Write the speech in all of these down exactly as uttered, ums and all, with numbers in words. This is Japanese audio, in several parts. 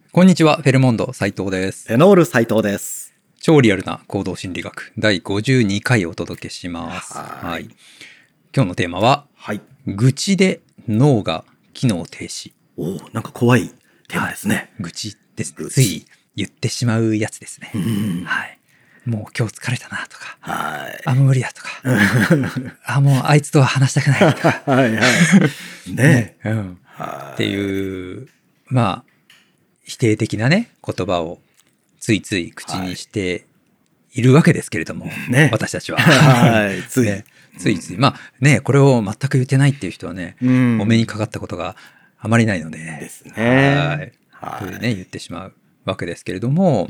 こんにちは、フェルモンド斉藤です。 テノール斉藤です。 超リアルな行動心理学だいごじゅうにかいお届けします。 はいはい。今日のテーマは、 はい。 愚痴で脳が機能停止。 おお、なんか怖いテーマですね。 愚痴ですね。 愚痴つい言ってしまうやつですね。 うんはい。もう今日疲れたなとか、 はい。 あ、もう無理だとか、あ、もうあいつとは話したくないとか。 はいはい。ねうん。 はい。 っていうまあ否定的なね言葉をついつい口にしているわけですけれども、 ね私たちは、 はいつい、 ね、ついついまあねこれを全く言ってないっていう人はね、 うん、 お目にかかったことがあまりないのでですね。 はい、というね言ってしまうわけですけれども、 うん、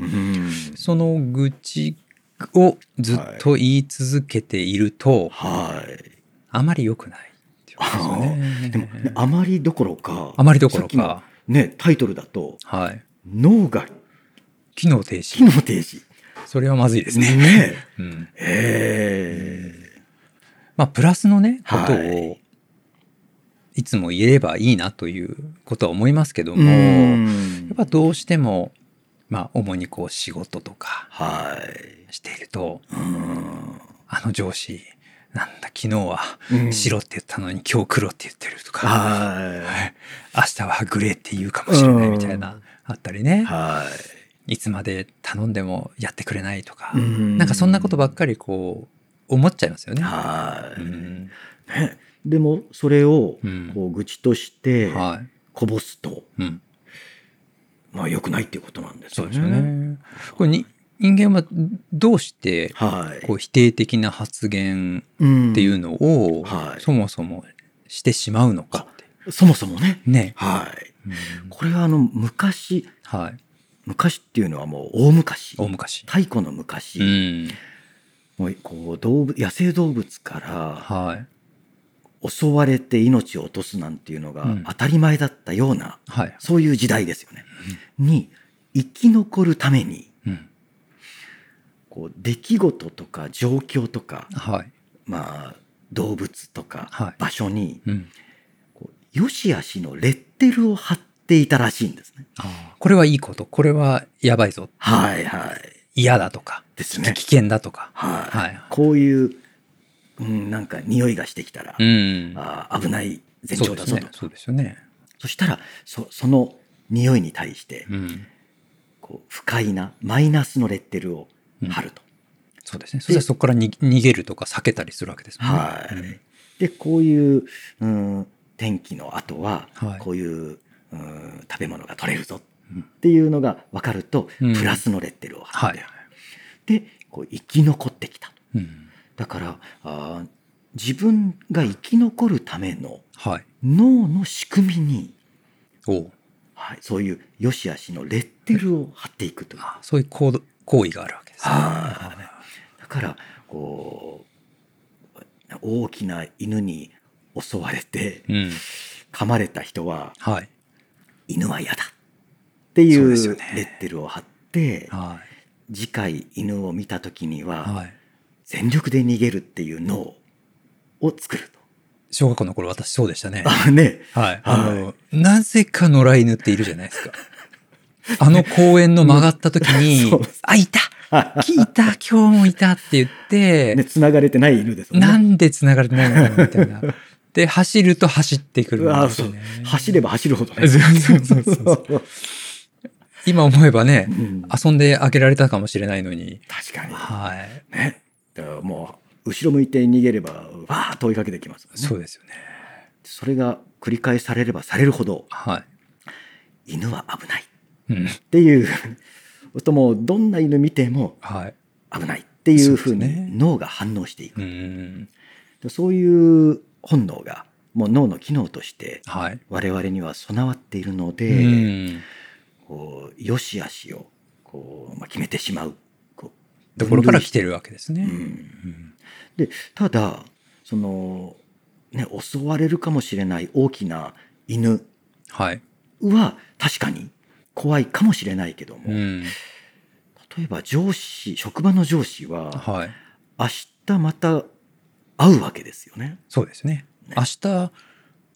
その愚痴をずっと言い続けていると、 はい、 あまり良くないっていうことですよね。 でもね、あまりどころかあまりどころかさっきのねタイトルだと、 はい、 脳が機能停止。 機能停止。 それはまずいですね。 ねうん、 えー、 まあプラスのねことはをいつも言えればいいなということは思いますけども、 うんやっぱどうしてもまあ主にこう仕事とかはいしていると、 うんあの上司なんだ昨日はうん白って言ったのに今日黒って言ってるとか、 はい明日はグレーって言うかもしれないみたいなあったりね、 はいいつまで頼んでもやってくれないとか、 うんなんかそんなことばっかりこう思っちゃいますよね。 はい、 うんね、でもそれをうんこう愚痴としてはいこぼすと、 うん、 まあ良くないっていうことなんですよね。 そうですよね。これに人間はどうしてはい、 こう否定的な発言うんっていうのをはいそもそもしてしまうのかってそもそもね、 ね、 はいうんこれはあの昔はい、 昔っていうのはもう大昔大昔、 太古の昔、 うんもうこう動物野生動物からはい襲われて命を落とすなんていうのがうん当たり前だったような、 はい、 そういう時代ですよね。に生き残るためにうんこう出来事とか状況とか、 はい、 まあ、動物とかはい場所にうん、 こうよしあしのレッテルを貼っていたらしいんですね。 あーこれはいいこと、これはやばいぞ、 はいはい嫌だとかですね。 危険だとか、 はい、 はいこういう、うん、なんか匂いがしてきたら、 うん、 あー危ない前そうですね兆だぞと。 そうですよね、 そしたらそその匂いに対してうん、 こう不快なマイナスのレッテルを貼ると。 そうですね。そしたらそこからに逃げるとか避けたりするわけですもんね。 はいうんでこういう、うん、天気の後は、 はいこういう、うん、食べ物が取れるぞうんっていうのが分かると、 うんプラスのレッテルを貼って、 はい、 でこう生き残ってきた。 うん、 だからあー自分が生き残るためのはい、 脳の仕組みに、 おうはい、そういう良し悪しのレッテルを貼っていくという。 あそういう行動行為があるわけですね。 はいだからこう大きな犬に襲われてうん、 噛まれた人ははい、 犬は嫌だっていそううレですよねッテルを貼って、 は次回犬を見た時にい、 ははい。 全力で逃げるっていう脳を作る小学校の頃私そうでしたね。 と。あねはい。あの、なぜか野良犬っているじゃないですか。あの公園の曲がった時に、 そうですあ、いた聞いた今日もいたって言って、 ね繋がれてない犬ですもんね。 なんで繋がれてないのかなみたいな。で、走ると走ってくるんうわそうですよね。 走れば走るほどね。 そうそうそうそう今思えばね、 うん遊んであげられたかもしれないのに。 確かにはい。 ね。だからもう後ろ向いて逃げればわーっと追いかけてきますもんね。 そうですよね。 それが繰り返されればされるほどはい。 犬は危ないうん。 っていうともうどんな犬見てもはい。 危ないっていうふうそうですねに脳が反応していく。 うん。 そういう本能がもう脳の機能としてはい。 我々には備わっているのうで、 ん。 こう良し悪しをこう、まあ、決めてしまうこうところから来てる。 るわけですね。 うんうんでただその、ね、襲われるかもしれない大きな犬はい。 は確かに怖いかもしれないけども、 うん。 例えば上司職場の上司ははい。 明日また会うわけですよね。 そうですね。 ね明日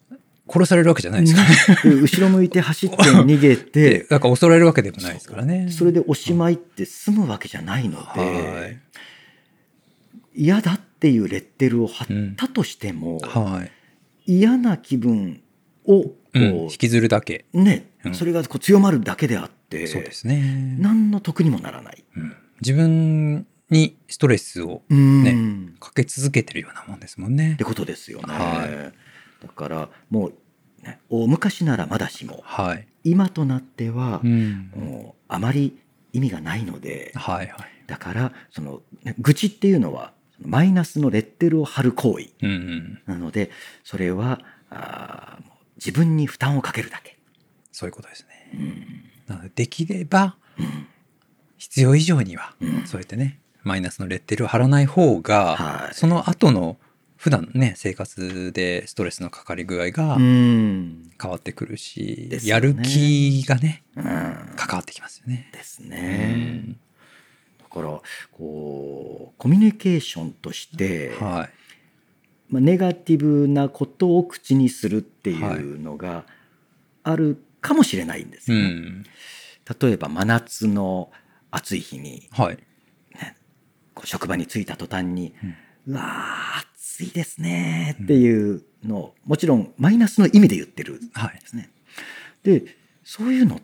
殺されるわけじゃないですからね。 後ろ向いて走って逃げでてなんか襲われるわけでもないですからね。 それでおしまいって済むわけじゃないので、 はい、 嫌だっていうレッテルを貼ったとしても、 はい、 嫌な気分をこう、 うん、引きずるだけ、 ね、 うん、 それがこう強まるだけであって、 そうですね、 何の得にもならない、 うん、自分にストレスを、ね、かけ続けてるようなもんですもんね。 ってことですよね。 はい、 だからもう、ね、大昔ならまだしも、 はい、 今となっては、 うん、 もうあまり意味がないので、 はいはい、 だからその、ね、愚痴っていうのはマイナスのレッテルを貼る行為なので、うんうん、それはあ自分に負担をかけるだけ。 そういうことですね。 うん、 なのでできれば、うん、必要以上には、うん、そうやってねマイナスのレッテルを貼らない方が、はい、その後の普段ね生活でストレスのかかり具合が変わってくるし、うん、やる気がね、うん、関わってきますよね。 ですね。うん、だからこうコミュニケーションとして、はい、まあ、ネガティブなことを口にするっていうのがあるかもしれないんですよね。うん、例えば真夏の暑い日に、はいね、こう職場に着いた途端に、うん、うわー暑いですねっていうのを、もちろんマイナスの意味で言ってるんですね。はい、でそういうのって、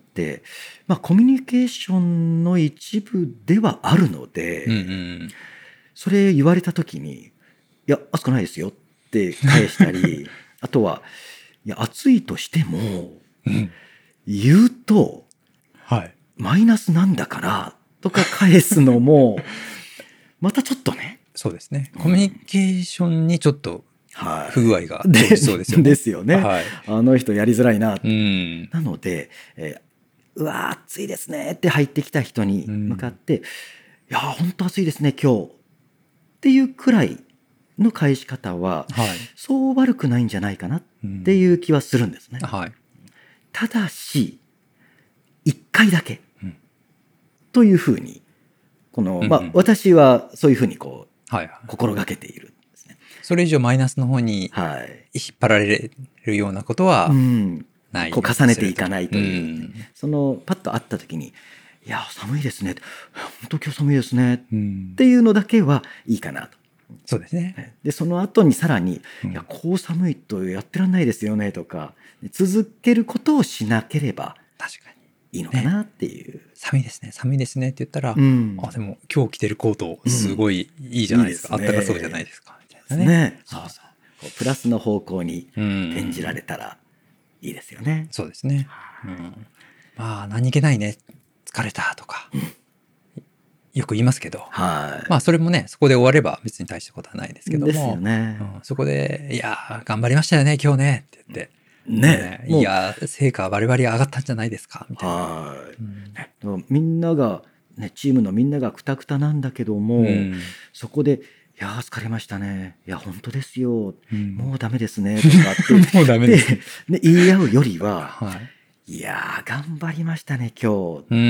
まあ、コミュニケーションの一部ではあるので、うんうん、それ言われた時にいや暑くないですよって返したりあとはいや暑いとしても、うん、言うと、はい、マイナスなんだからとか返すのもまたちょっとね、 そうですね、コミュニケーションにちょっと不具合が生じそうですよね。 ですよね、はい、あの人やりづらいな、うん、なので、えー、うわ暑いですねって入ってきた人に向かって、うん、いや本当暑いですね今日っていうくらいの返し方は、はい、そう悪くないんじゃないかなっていう気はするんですね。うん、はい、ただしいっかいだけ、うん、というふうにこの、まあ、うんうん、私はそういうふうにこう、はいはい、心がけているんですね。 それ以上マイナスの方に引っ張られるようなことはない、 うん、こう重ねていかないという、ね、うん、そのパッと会った時にいや寒いですね本当今日寒いですね、うん、っていうのだけはいいかなと。 そうですね。 でその後にさらに、うん、いやこう寒いとやってらんないですよねとか続けることをしなければ確かにいいのかなっていう、 ね、寒いですね寒いですねって言ったら、うん、あでも今日着てるコートすごいいいじゃないですか、うん、いいですね、あったかそうじゃないですかみたいなね。 ね、そうそうこうプラスの方向に転じられたらいいですよね。 うん、そうですね、うん、まあ何気ないね疲れたとか、うん、よく言いますけど、はい、まあそれもねそこで終われば別に大したことはないですけどもですよね、 うん、そこでいや頑張りましたよね今日ねって言ってね、いや成果バリバリ上がったんじゃないですかみたいな。はい、 うん、みんなが、ね、チームのみんながクタクタなんだけども、うん、そこで「いや疲れましたねいや本当ですよ、うん、もうダメですね」とかってもうダメです、ね、言い合うよりは「はい、いや頑張りましたね今日、うん、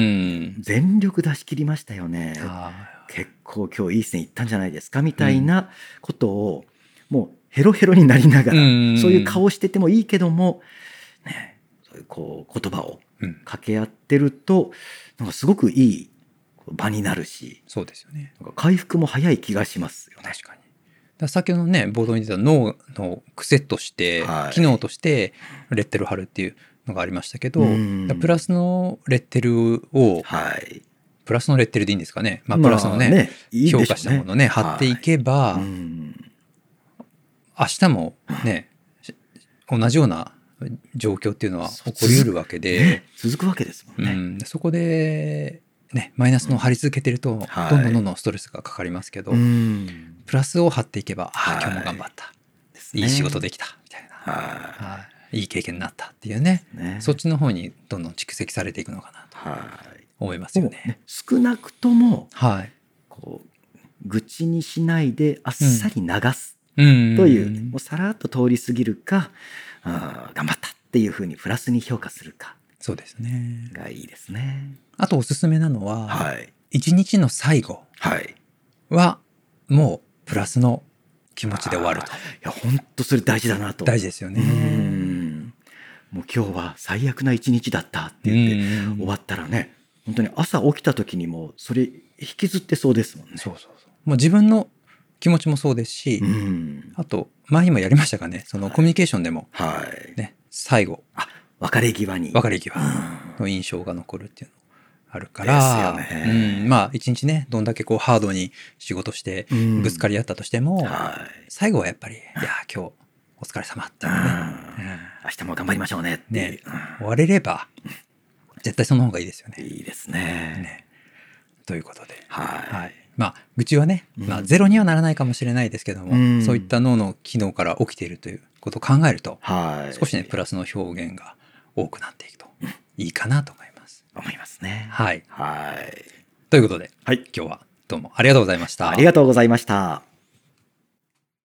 全力出し切りましたよね結構今日いい線いったんじゃないですか」みたいなことを、うん、もうヘロヘロになりながら、うん、そういう顔しててもいいけども、ね、そういうこう言葉を掛け合ってると、なんかすごくいい場になるし、 そうですよね。 なんか回復も早い気がしますよね。 確かに。だ先ほどのね冒頭に出た脳の癖として、はい、機能としてレッテルを貼るっていうのがありましたけど、プラスのレッテルを、はい、プラスのレッテルでいいんですかね、まあ、プラスのね、まあね、いいでしょうね、評価したものをね貼っていけば、はい、明日もね、うん、同じような状況っていうのは起こりうるわけで、 ね、続くわけですもんね、 うん、そこで、ね、マイナスのを貼り続けてると、うん、どんどんどんどんストレスがかかりますけど、はい、プラスを貼っていけば、はい、あ今日も頑張った、いい仕事できたみたいな、はいはい、いい経験になったっていうね、ね、そっちの方にどんどん蓄積されていくのかなと思いますよね。 はい、ね少なくとも、はい、こう愚痴にしないであっさり流す、うん、という、もうさらっと通り過ぎるか、あ頑張ったっていうふうにプラスに評価するか、 そうですねがいいですね。 あとおすすめなのは、はい、一日の最後はもうプラスの気持ちで終わると。いや本当それ大事だなと。 大事ですよね。うんもう今日は最悪な一日だったって言って終わったらね、本当に朝起きた時にもそれ引きずってそうですもんね。 そうそうそう。もう自分の気持ちもそうですし、うん、あと前にもやりましたかね、そのコミュニケーションでも、はいね、最後あ別れ際に別れ際の印象が残るっていうのあるから、ですよね、うん、まあ一日ねどんだけこうハードに仕事してぶつかり合ったとしても、うんはい、最後はやっぱり「いや今日お疲れ様」っていうね、うん、 明日も頑張りましょうねってね、 うん、終われれば絶対その方がいいですよね。 いいですね。ねということで、 はい、 はい、まあ愚痴はね、まあ、ゼロにはならないかもしれないですけども、うん、そういった脳の機能から起きているということを考えると、はい、少しねプラスの表現が多くなっていくといいかなと思います。 思いますね。 はい、 はい、 ということで、はい、今日はどうもありがとうございました。 ありがとうございました。